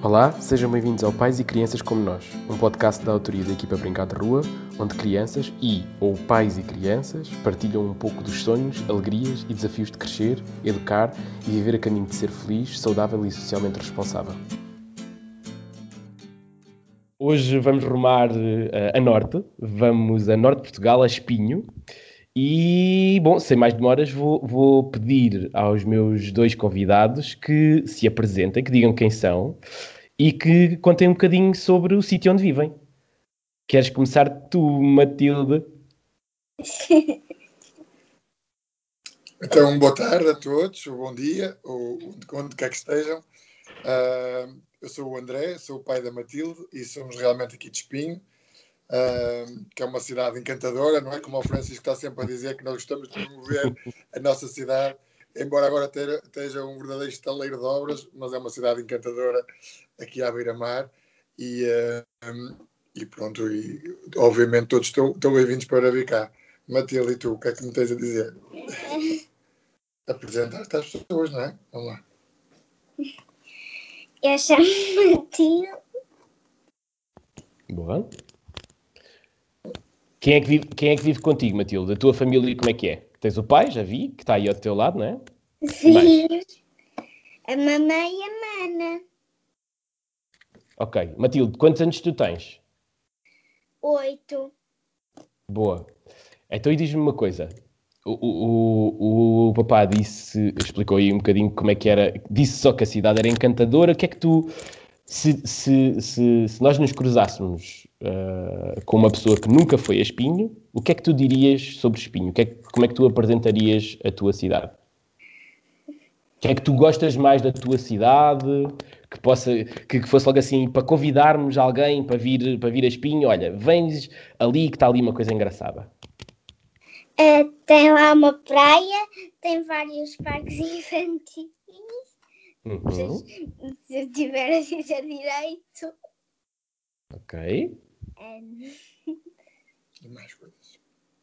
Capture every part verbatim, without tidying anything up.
Olá, sejam bem-vindos ao Pais e Crianças Como Nós, um podcast da autoria da equipa Brincar de Rua, onde crianças e, ou pais e crianças, partilham um pouco dos sonhos, alegrias e desafios de crescer, educar e viver a caminho de ser feliz, saudável e socialmente responsável. Hoje vamos rumar uh, a norte, vamos a norte de Portugal, a Espinho, e, bom, sem mais demoras, vou, vou pedir aos meus dois convidados que se apresentem, que digam quem são e que contem um bocadinho sobre o sítio onde vivem. Queres começar tu, Matilde? Então, boa tarde a todos, ou bom dia, ou onde quer que estejam. Uh, eu sou o André, sou o pai da Matilde e somos realmente aqui de Espinho, uh, que é uma cidade encantadora, não é? Como o Francisco está sempre a dizer, que nós gostamos de promover a nossa cidade, embora agora esteja um verdadeiro estaleiro de obras, mas é uma cidade encantadora aqui à beira-mar e, uh, e pronto, e obviamente todos estão, estão bem-vindos para vir cá. Matilde, e tu, o que é que me tens a dizer? Apresentar-te às pessoas, não é? Vamos lá. Eu chamo-me Matilde. Boa. Quem é, que vive, quem é que vive contigo, Matilde? A tua família, como é que é? Tens o pai, já vi, que está aí ao teu lado, não é? Sim. A mamãe e a mana. Ok. Matilde, quantos anos tu tens? Oito. Boa. Então, e diz-me uma coisa. O, o, o, o papá disse, explicou aí um bocadinho como é que era, disse só que a cidade era encantadora. O que é que tu, se, se, se, se nós nos cruzássemos uh, com uma pessoa que nunca foi a Espinho, o que é que tu dirias sobre Espinho? O que é que, como é que tu apresentarias a tua cidade? O que é que tu gostas mais da tua cidade? Que, possa, que, que fosse logo assim, para convidarmos alguém para vir, para vir a Espinho, olha, vens ali que está ali uma coisa engraçada. Uh, tem lá uma praia, tem vários parques infantis. Uhum. Se, se eu tiver a dizer direito. Ok. Um... E mais coisas.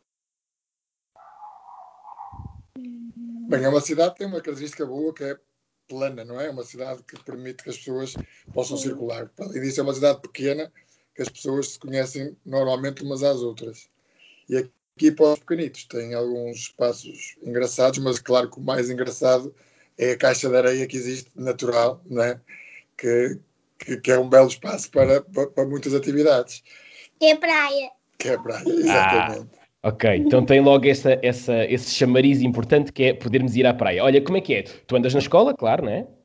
Bem, é uma cidade que tem uma característica boa que é plana, não é? É uma cidade que permite que as pessoas possam Sim. circular. Além disso, é uma cidade pequena que as pessoas se conhecem normalmente umas às outras. E aqui para os pequenitos tem alguns espaços engraçados, mas claro que o mais engraçado é a caixa de areia que existe natural, não é? Que, que, que é um belo espaço para, para, para muitas atividades. Que é praia. Que é a praia, exatamente. Ah, ok, então tem logo essa, essa, esse chamariz importante que é podermos ir à praia. Olha, como é que é? Tu andas na escola, claro, não é?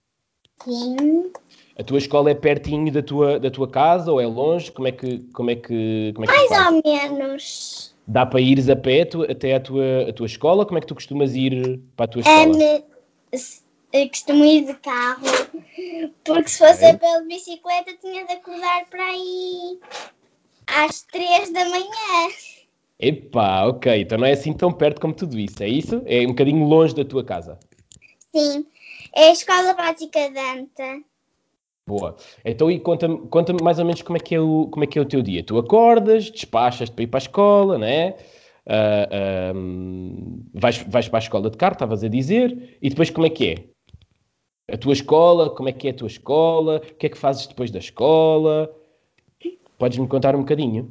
Sim. A tua escola é pertinho da tua, da tua casa ou é longe? Como é que, como é que, como é que Mais faz? ou menos. Dá para ires a pé tu, até à tua, a tua escola? Como é que tu costumas ir para a tua escola? Um, eu costumo ir de carro, porque se fosse Ok. pela bicicleta tinha de acordar para aí às três da manhã. Epá, ok, então não é assim tão perto como tudo isso, é isso? É um bocadinho longe da tua casa. Sim, é a escola básica de Anta. Boa. Então, e conta-me, conta-me mais ou menos como é que é o, como é que é o teu dia. Tu acordas, despachas-te para ir para a escola, não é? Ah, ahm, vais, vais para a escola de carro, estavas a dizer, e depois como é que é? A tua escola, como é que é a tua escola? O que é que fazes depois da escola? Podes-me contar um bocadinho?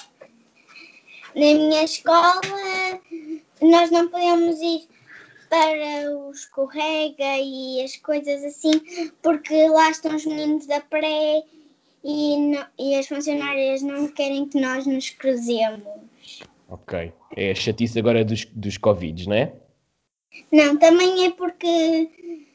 Na minha escola, nós não podemos ir para o escorrega e as coisas assim, porque lá estão os meninos da pré e, não, e as funcionárias não querem que nós nos cruzemos. Ok. É a chatice agora dos, dos Covids, não é? Não, também é porque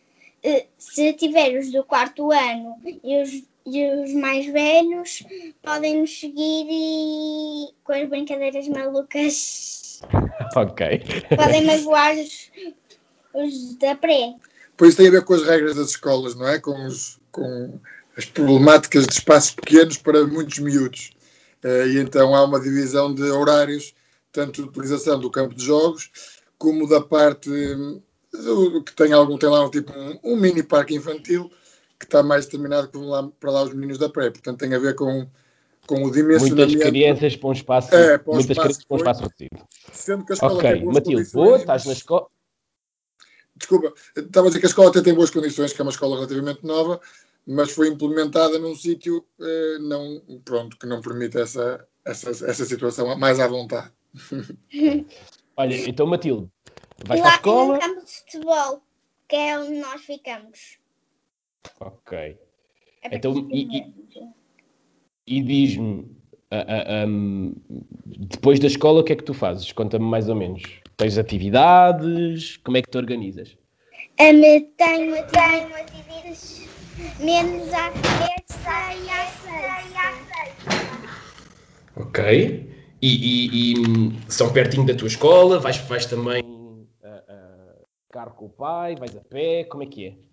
se tiver os do quarto ano e os, e os mais velhos, podem nos seguir e com as brincadeiras malucas Ok. podem magoar os, os da pré. Pois tem a ver com as regras das escolas, não é? Com, os, com as problemáticas de espaços pequenos para muitos miúdos. Uh, e então há uma divisão de horários, tanto de utilização do campo de jogos, como da parte do, que tem, algum, tem lá um, tipo, um, um mini parque infantil que está mais determinado para lá, para lá os meninos da pré. Portanto, tem a ver com, com o dimensionamento. Muitas crianças para um espaço, é, para um muitas espaço crianças para um espaço reduzido. Sendo que a escola Ok, tem boas Matilde, condições. boa, estás na escola. Desculpa, estava a dizer que a escola até tem boas condições, que é uma escola relativamente nova, mas foi implementada num sítio uh, não, pronto, que não permite essa, essa, essa situação mais à vontade. Olha, então Matilde, E vais para a lá tem um escola? campo de futebol, que é onde nós ficamos. Ok. É para Então, aqui e, e- mesmo. e diz-me, ah, ah, hum, depois da escola, o que é que tu fazes? Conta-me mais ou menos. Tens atividades? Como é que te organizas? Um, tenho atividades menos à terça e à sexta. Ok. E, e- e, hum, são pertinho da tua escola? Vais, vais também ah, ah, carro com o pai? Vais a pé? Como é que é?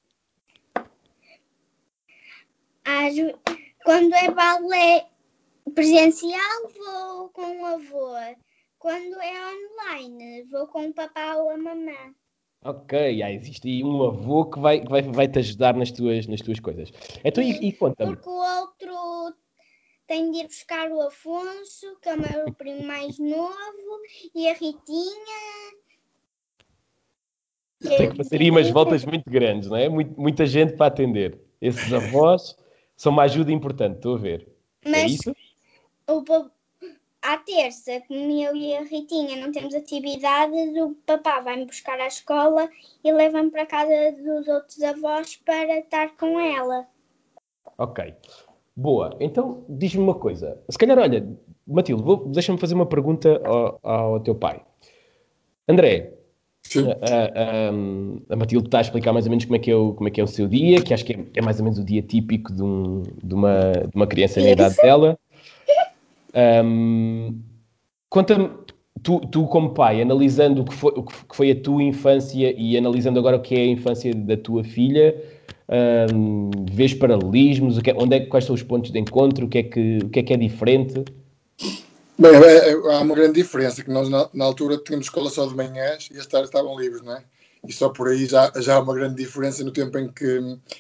Às- Quando é balé presencial, vou com o avô. Quando é online, vou com o papá ou a mamã. Ok, já existe aí um avô que vai, que vai, vai te ajudar nas tuas, nas tuas coisas. Então, e, Sim, e conta-me. porque o outro tem de ir buscar o Afonso, que é o meu primo mais novo, e a Ritinha. Que Tem é que fazer aí umas diferente. voltas muito grandes, não é? Muito- muita gente para atender. Esses avós são uma ajuda importante, estou a ver. É Mas isso? o, pa- à terça, como eu e a Ritinha não temos atividades, o papá vai-me buscar à escola e leva-me para casa dos outros avós para estar com ela. Ok. Boa. Então, diz-me uma coisa. Se calhar, olha, Matilde, vou- deixa-me fazer uma pergunta ao, ao teu pai. André, Sim. a, a- a Matilde está a explicar mais ou menos como é que é o, como é que é o seu dia, que acho que é, é mais ou menos o dia típico de, um- de uma, de uma criança na idade dela. Ahm, Conta-me, tu, tu como pai, analisando o que foi, o que foi a tua infância e analisando agora o que é a infância da tua filha, ahm, vês paralelismos? O que é- onde é, que- quais são os pontos de encontro? O que é que, o que é, que é diferente? Bem, é- é- há uma grande diferença, que nós na, na altura tínhamos escola só de manhãs e as tardes estavam livres, não é? E só por aí já, já há uma grande diferença no tempo em que,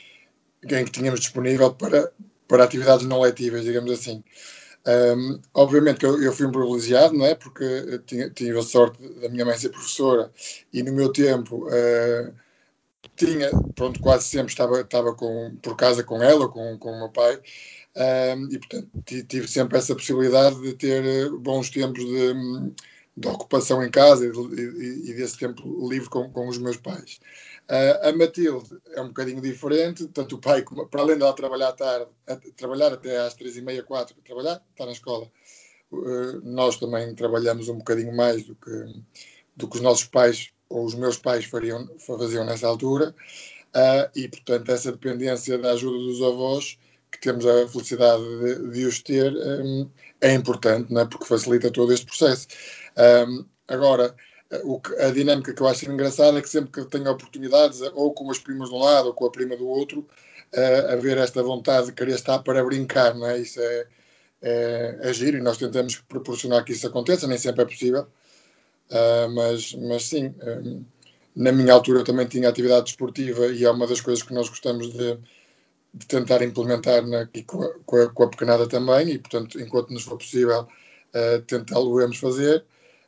em que tínhamos disponível para, para atividades não letivas, digamos assim. Um, obviamente que eu, eu fui um privilegiado, não é? Porque eu tinha, tive a sorte da minha mãe ser professora e no meu tempo uh, tinha, pronto, quase sempre estava, estava com, por casa com ela, com, com o meu pai, um, e portanto tive sempre essa possibilidade de ter eh, bons tempos de, de ocupação em casa e, e, e desse tempo livre com, com os meus pais. Uh, a Matilde é um bocadinho diferente, tanto o pai, como, para além dela trabalhar à tarde, a, trabalhar até às três e meia, quatro, trabalhar, está na escola, uh, nós também trabalhamos um bocadinho mais do que, do que os nossos pais ou os meus pais fariam, faziam nessa altura, uh, e portanto essa dependência da ajuda dos avós, que temos a felicidade de, de os ter, um, é importante, não é? Porque facilita todo este processo. Um, agora, o que, a dinâmica que eu acho engraçada é que sempre que tenho oportunidades, ou com as primas de um lado ou com a prima do outro, uh, haver esta vontade de querer estar para brincar, não é? Isso é, é, é giro e nós tentamos proporcionar que isso aconteça, nem sempre é possível, uh, mas, mas sim, um, na minha altura eu também tinha atividade desportiva e é uma das coisas que nós gostamos de, de tentar implementar na, aqui com, a, com, a, com a pequenada também e, portanto, enquanto nos for possível, uh, tentá-lo-emos fazer.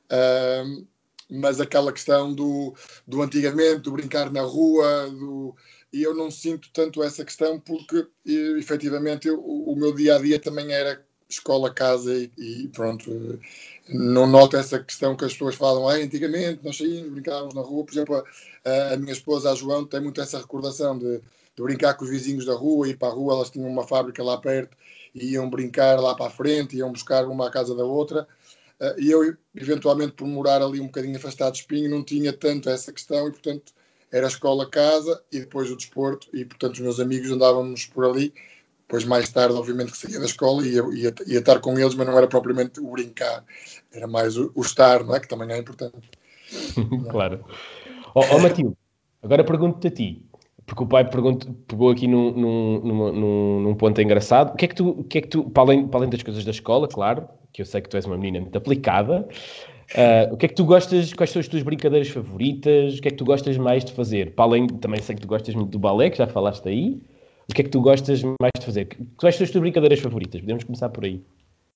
Uh, mas aquela questão do, do antigamente, do brincar na rua, do, e eu não sinto tanto essa questão porque, e, efetivamente, eu, o, o meu dia-a-dia também era escola, casa e, e pronto. Não noto essa questão que as pessoas falam, ah, antigamente nós saímos, brincávamos na rua. Por exemplo, a, a minha esposa, a João, tem muito essa recordação de, de brincar com os vizinhos da rua, ir para a rua, elas tinham uma fábrica lá perto, e iam brincar lá para a frente, iam buscar uma à casa da outra. Uh, e eu, eventualmente, por morar ali um bocadinho afastado de Espinho, não tinha tanto essa questão e, portanto, era escola, casa e depois o desporto e, portanto, os meus amigos andávamos por ali. Depois, mais tarde, obviamente, que saía da escola e ia, ia, ia estar com eles, mas não era propriamente o brincar, era mais o, o estar, não é? Que também é importante. Claro. Ó ó, Matilde, agora pergunto-te a ti, porque o pai pergunto- pegou aqui num, num, numa- num- num ponto engraçado. O que é que tu, o que é que tu para além, para além das coisas da escola, claro, que eu sei que tu és uma menina muito aplicada, ah, o que é que tu gostas, quais são as tuas brincadeiras favoritas? O que é que tu gostas mais de fazer? Para além, também sei que tu gostas muito do balé, que já falaste aí. O que é que tu gostas mais de fazer? Quais são as tuas brincadeiras favoritas? Podemos começar por aí.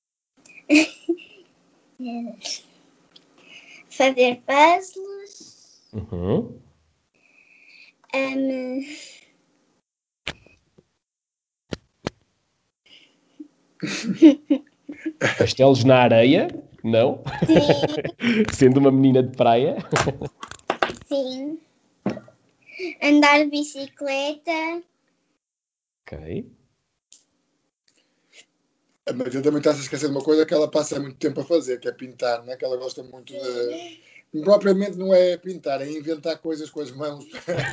Fazer puzzles. Uhum. Um, Castelos na areia? Não? Sim, Sendo uma menina de praia? sim. Andar de bicicleta. A Ok. Matilde também está a se esquecer de uma coisa que ela passa muito tempo a fazer, que é pintar, né? Que ela gosta muito de... Propriamente não é pintar, é inventar coisas com as mãos.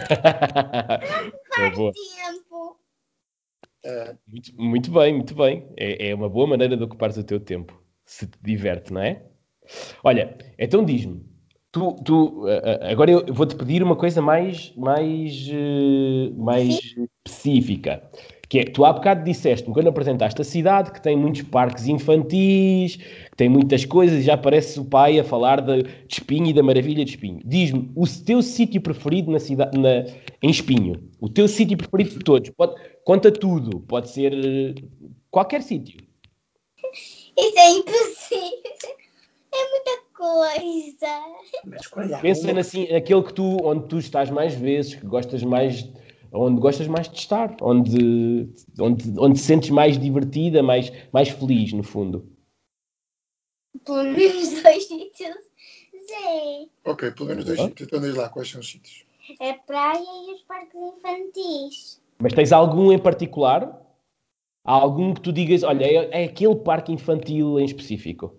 Boa, boa. Tempo. É, Muito, muito bem, muito bem. É, é uma boa maneira de ocupares o teu tempo. Se te diverte, não é? Olha, então diz-me, tu, tu, a- a- agora eu vou-te pedir uma coisa mais, mais, eh, mais específica, que é, tu há bocado disseste-me, quando apresentaste a cidade, que tem muitos parques infantis, que tem muitas coisas, e já parece o pai a falar de, de Espinho e da maravilha de Espinho. Diz-me, o teu sítio preferido na cidade, na, em Espinho, o teu sítio preferido de todos, pode, conta tudo, pode ser eh, qualquer sítio. Isso é impossível. É muita coisa. mas escolha Pensa uma. assim, naquele que tu, onde tu estás mais vezes, que gostas mais, onde gostas mais de estar, onde, onde, onde te sentes mais divertida, mais, mais feliz, no fundo. Pelo menos dois sítios. Zé. Ok, pelo menos dois Boa. sítios. Então diz lá quais são os sítios. A praia e os parques infantis. Mas tens algum em particular? Há algum que tu digas, olha, é, é aquele parque infantil em específico?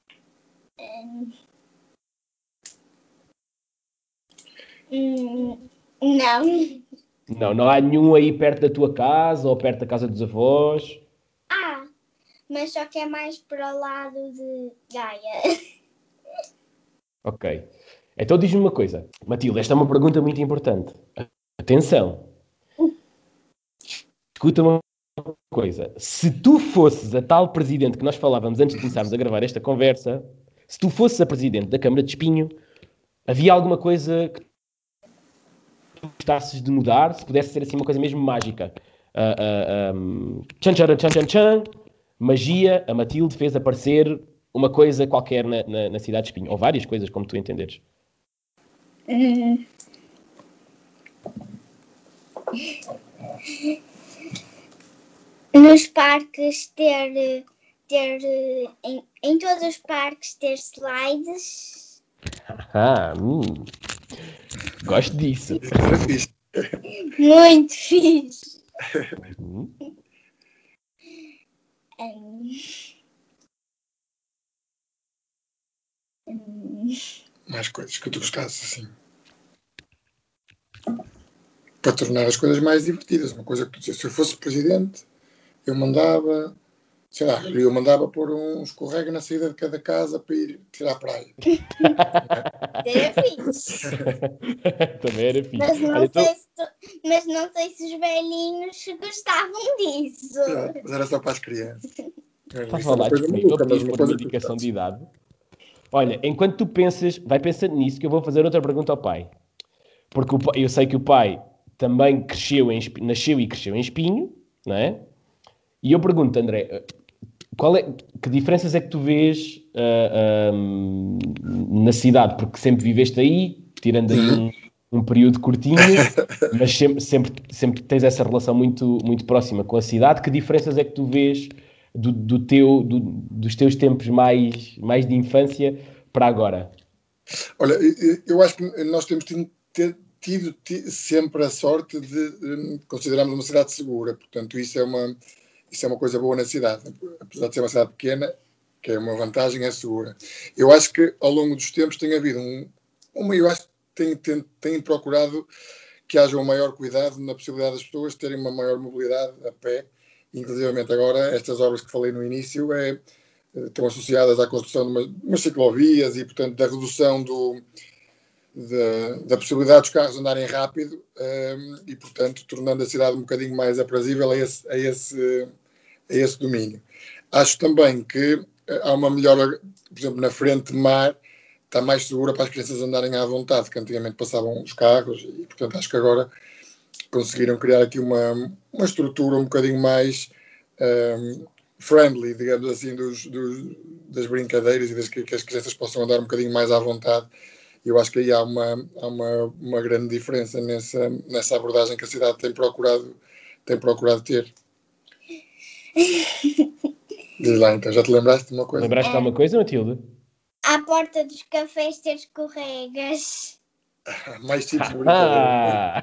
Hum, não. Não, não há nenhum aí perto da tua casa ou perto da casa dos avós? Ah, mas só que é mais para o lado de Gaia. Ok. Então diz-me uma coisa, Matilde, esta é uma pergunta muito importante. Atenção. Escuta uma coisa. Se tu fosses a tal presidente que nós falávamos antes de começarmos a gravar esta conversa, se tu fosses a presidente da Câmara de Espinho, havia alguma coisa que tu gostasses de mudar, se pudesse ser assim uma coisa mesmo mágica? Ah, ah, um, tchan, tchan, tchan, tchan, tchan, magia, a Matilde fez aparecer uma coisa qualquer na, na, na cidade de Espinho, ou várias coisas, como tu entenderes. Hum. Nos parques ter, ter em, em todos os parques ter slides. Ah, hum, gosto disso. Isso era fixe. Muito fixe. Hum. Hum. Hum. Mais coisas que tu gostasses, assim. Para tornar as coisas mais divertidas. Uma coisa que tu dizes, se eu fosse presidente, eu mandava, sei lá, eu mandava pôr um escorrega na saída de cada casa para ir tirar a praia. Era fixe. Também era fixe. Mas não, Olha, então, sei se tu- mas não sei se os velhinhos gostavam disso. É, mas era só para as crianças. estás Isso a é uma falar coisa disponível, maluca, mas podias uma pôr uma coisa que tu indicação de gostasses. idade. Olha, enquanto tu pensas, vai pensando nisso, que eu vou fazer outra pergunta ao pai. Porque o pai- eu sei que o pai também cresceu em, Espi- nasceu e cresceu em Espinho, não é? E eu pergunto, André, qual é, que diferenças é que tu vês ah, ah, na cidade? Porque sempre viveste aí, tirando aí Uhum. um, um período curtinho, mas sempre, sempre, sempre tens essa relação muito, muito próxima com a cidade. Que diferenças é que tu vês do, do teu, do- dos teus tempos mais, mais de infância para agora? Olha, eu- eu acho que nós temos tido, ter- tido ti- sempre a sorte de hum, considerarmos uma cidade segura. Portanto, isso é uma, isso é uma coisa boa na cidade. Apesar de ser uma cidade pequena, que é uma vantagem, é segura. Eu acho que ao longo dos tempos tem havido um, uma, eu acho que tem, tem, tem procurado que haja um maior cuidado na possibilidade das pessoas terem uma maior mobilidade a pé. Inclusive agora, estas obras que falei no início é, estão associadas à construção de umas, umas ciclovias e, portanto, da redução do, da, da possibilidade dos carros andarem rápido um, e, portanto, tornando a cidade um bocadinho mais aprazível a esse, a esse, a esse domínio. Acho também que há uma melhora, por exemplo, na frente de mar, está mais segura para as crianças andarem à vontade, que antigamente passavam os carros e, portanto, acho que agora conseguiram criar aqui uma, uma estrutura um bocadinho mais um, friendly, digamos assim, dos, dos, das brincadeiras e das que, que as crianças possam andar um bocadinho mais à vontade. Eu acho que aí há uma, há uma, uma grande diferença nessa, nessa abordagem que a cidade tem procurado, tem procurado ter. Diz lá então, já te lembraste de uma coisa? Lembraste de alguma coisa, Matilde? À porta dos cafés ter escorregas. Mais tipos de brincadeira. Ah!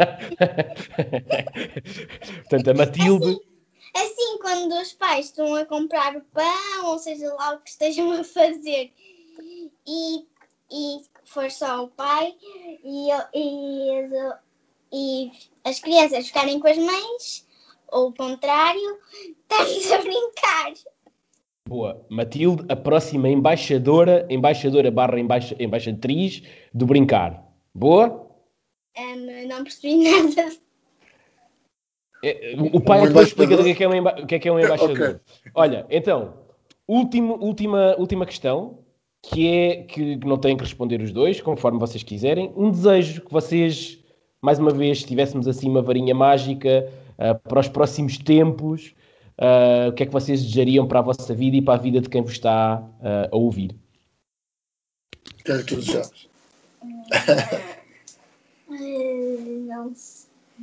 Portanto, a Matilde... Assim, quando os pais estão a comprar o pão, ou seja lá o que estejam a fazer, e, e for só o pai, e, e, e as crianças ficarem com as mães, ou o contrário, estamos a brincar. Boa. Matilde, a próxima embaixadora, embaixadora barra embaixa, embaixatriz do brincar. Boa? Um, não percebi nada. É, o pai Um é que depois explica embaixador? o que é que é um, emba... o que é, que é um embaixador. Ok. Olha, então, último, última, última questão, que é que não têm que responder os dois, conforme vocês quiserem. Um desejo que vocês, mais uma vez, se tivéssemos assim uma varinha mágica uh, para os próximos tempos, uh, o que é que vocês desejariam para a vossa vida e para a vida de quem vos está uh, a ouvir? O que é que tu desejas? Uh, não sei.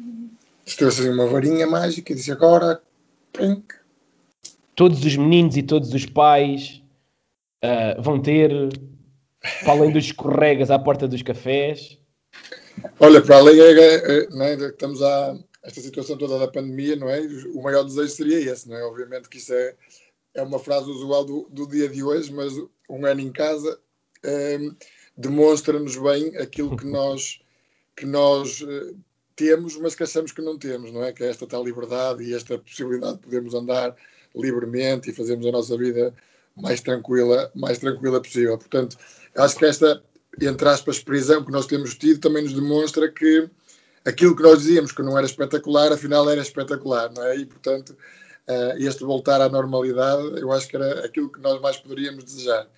Se tivesse assim uma varinha mágica e disse agora, pink. Todos os meninos e todos os pais uh, vão ter, para além dos escorregas à porta dos cafés. Olha, para além é, é, não é, estamos a esta situação toda da pandemia, não é? O maior desejo seria esse, não é? Obviamente que isso é, é uma frase usual do, do dia de hoje, mas um ano em casa é, demonstra-nos bem aquilo que nós, que nós é, temos, mas que achamos que não temos, não é? Que é esta tal liberdade e esta possibilidade de podermos andar livremente e fazermos a nossa vida mais tranquila, mais tranquila possível. Portanto, acho que esta, entre aspas, prisão que nós temos tido também nos demonstra que aquilo que nós dizíamos que não era espetacular, afinal era espetacular, não é? E, portanto, este voltar à normalidade, eu acho que era aquilo que nós mais poderíamos desejar.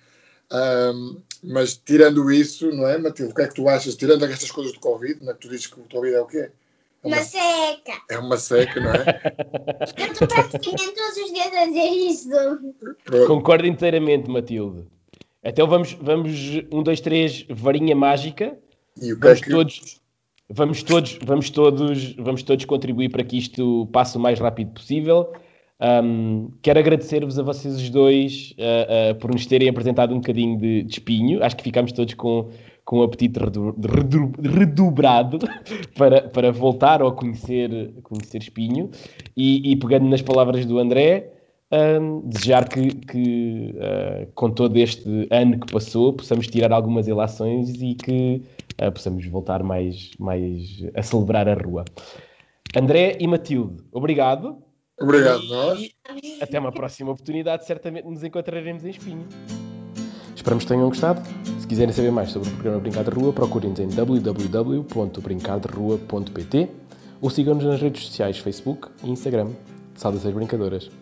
Um, mas tirando isso, não é, Matilde? O que é que tu achas? Tirando estas coisas do Covid, não é que tu dizes que o Covid é o quê? É uma, uma seca. É uma seca, não é? Eu estou praticamente todos os dias a dizer isso. Pronto. Concordo inteiramente, Matilde. Então vamos, vamos um, dois, três, varinha mágica. E o que vamos é que... todos, vamos todos, vamos todos, vamos todos contribuir para que isto passe o mais rápido possível. Um, quero agradecer-vos a vocês os dois uh, uh, por nos terem apresentado um bocadinho de, de espinho. Acho que ficámos todos com, com um apetite redu, redu, redobrado para, para voltar a conhecer, conhecer espinho. E, e pegando nas palavras do André, um, desejar que, que uh, com todo este ano que passou, possamos tirar algumas ilações e que uh, possamos voltar mais, mais a celebrar a rua. André e Matilde, obrigado. Obrigado, nós. Até uma próxima oportunidade, certamente nos encontraremos em Espinho. Esperamos que tenham gostado. Se quiserem saber mais sobre o programa Brincar de Rua, procurem-nos em w w w ponto brincar de rua ponto p t ou sigam-nos nas redes sociais Facebook e Instagram. Saudações brincadoras!